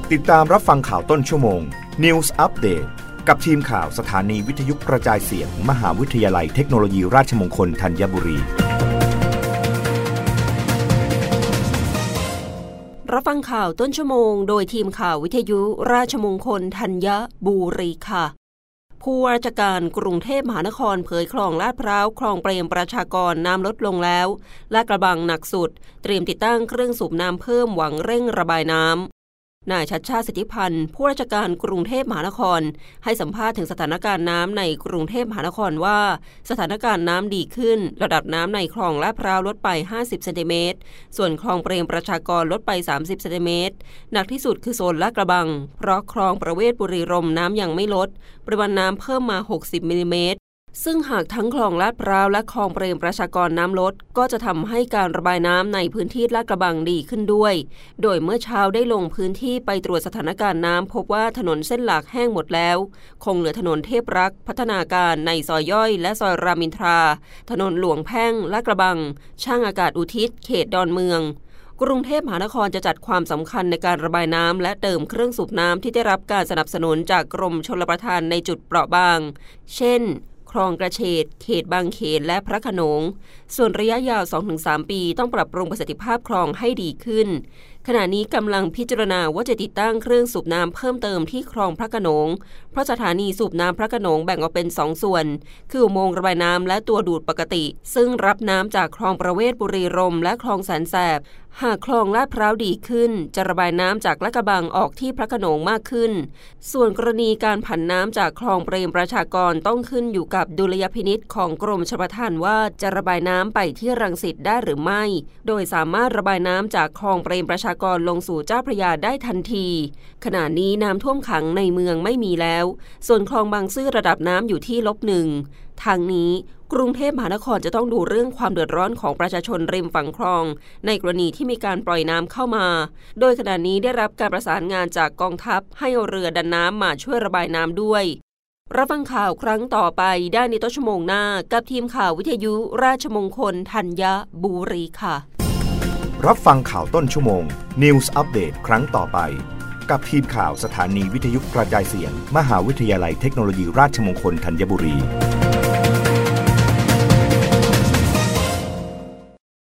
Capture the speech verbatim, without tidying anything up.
ติดตามรับฟังข่าวต้นชั่วโมง News Update กับทีมข่าวสถานีวิทยุกระจายเสียง มหาวิทยาลัยเทคโนโลยีราชมงคลธัญบุรีรับฟังข่าวต้นชั่วโมงโดยทีมข่าววิทยุราชมงคลธัญบุรีค่ะผู้ว่าราชการกรุงเทพมหานครเผยคลองลาดพร้าวคลองเปรมประชากรน้ำลดลงแล้วลาดกระบังหนักสุดเตรียมติดตั้งเครื่องสูบน้ำเพิ่มหวังเร่งระบายน้ำนายชัชชาติ สิทธิพันธ์ผู้ว่าราชการกรุงเทพมหานครให้สัมภาษณ์ถึงสถานการณ์น้ำในกรุงเทพมหานครว่าสถานการณ์น้ำดีขึ้นระดับน้ำในคลองลาดพร้าวลดไปห้าสิบเซนติเมตรส่วนคลองเปรมประชากรลดไปสามสิบเซนติเมตรหนักที่สุดคือโซนลาดกระบังเพราะคลองประเวศบุรีรมย์น้ำยังไม่ลดปริมาณน้ำเพิ่มมาหกสิบมิลลิเมตรซึ่งหากทั้งคลองลาดพร้าวและคลองเปรมประชากรน้ำลดก็จะทำให้การระบายน้ำในพื้นที่ลาดกระบังดีขึ้นด้วยโดยเมื่อเช้าได้ลงพื้นที่ไปตรวจสถานการณ์น้ำพบว่าถนนเส้นหลักแห้งหมดแล้วคงเหลือถนนเทพรักษ์พัฒนาการในซอยย่อยและซอยรามอินทราถนนหลวงแพ่งลาดกระบังช่างอากาศอุทิศเขตดอนเมืองกรุงเทพมหานครจะจัดความสำคัญในการระบายน้ำและเติมเครื่องสูบน้ำที่ได้รับการสนับสนุนจากกรมชลประทานในจุดเปราะบางเช่นคลองกระเฉดเขตบางเขนและพระโขนงส่วนระยะยาว สองถึงสาม ปีต้องปรับปรุงประสิทธิภาพคลองให้ดีขึ้นขณะนี้กำลังพิจารณาว่าจะติดตั้งเครื่องสูบน้ำเพิ่มเติมที่คลองพระโขนงเพราะสถานีสูบน้ำพระโขนงแบ่งออกเป็นสองส่วนคืออุโมงค์ระบายน้ำและตัวดูดปกติซึ่งรับน้ำจากคลองประเวศบุรีรมย์และคลองแสนแสบหากคลองลาดพร้าวดีขึ้นจะระบายน้ำจากลาดกระบังออกที่พระโขนงมากขึ้นส่วนกรณีการผันน้ำจากคลองเปรมประชากรต้องขึ้นอยู่กับดุลยพินิจของกรมชลประทานว่าจะระบายน้ำไปที่รังสิตได้หรือไม่โดยสามารถระบายน้ำจากคลองเปรมประชากรลงสู่เจ้าพระยาได้ทันทีขณะนี้น้ำท่วมขังในเมืองไม่มีแล้วส่วนคลองบางซื่อระดับน้ำอยู่ที่ลบหนึ่งทางนี้กรุงเทพมหานครจะต้องดูเรื่องความเดือดร้อนของประชาชนริมฝั่งคลองในกรณีที่มีการปล่อยน้ำเข้ามาโดยขณะนี้ได้รับการประสานงานจากกองทัพให้เอาเรือดันน้ำมาช่วยระบายน้ำด้วยรับฟังข่าวครั้งต่อไปได้ในต้นชั่วโมงหน้ากับทีมข่าววิทยุราชมงคลธัญบุรีค่ะรับฟังข่าวต้นชั่วโมง News Update ครั้งต่อไปกับทีมข่าวสถานีวิทยุกระจายเสียง มหาวิทยาลัยเทคโนโลยีราชมงคลธัญบุรี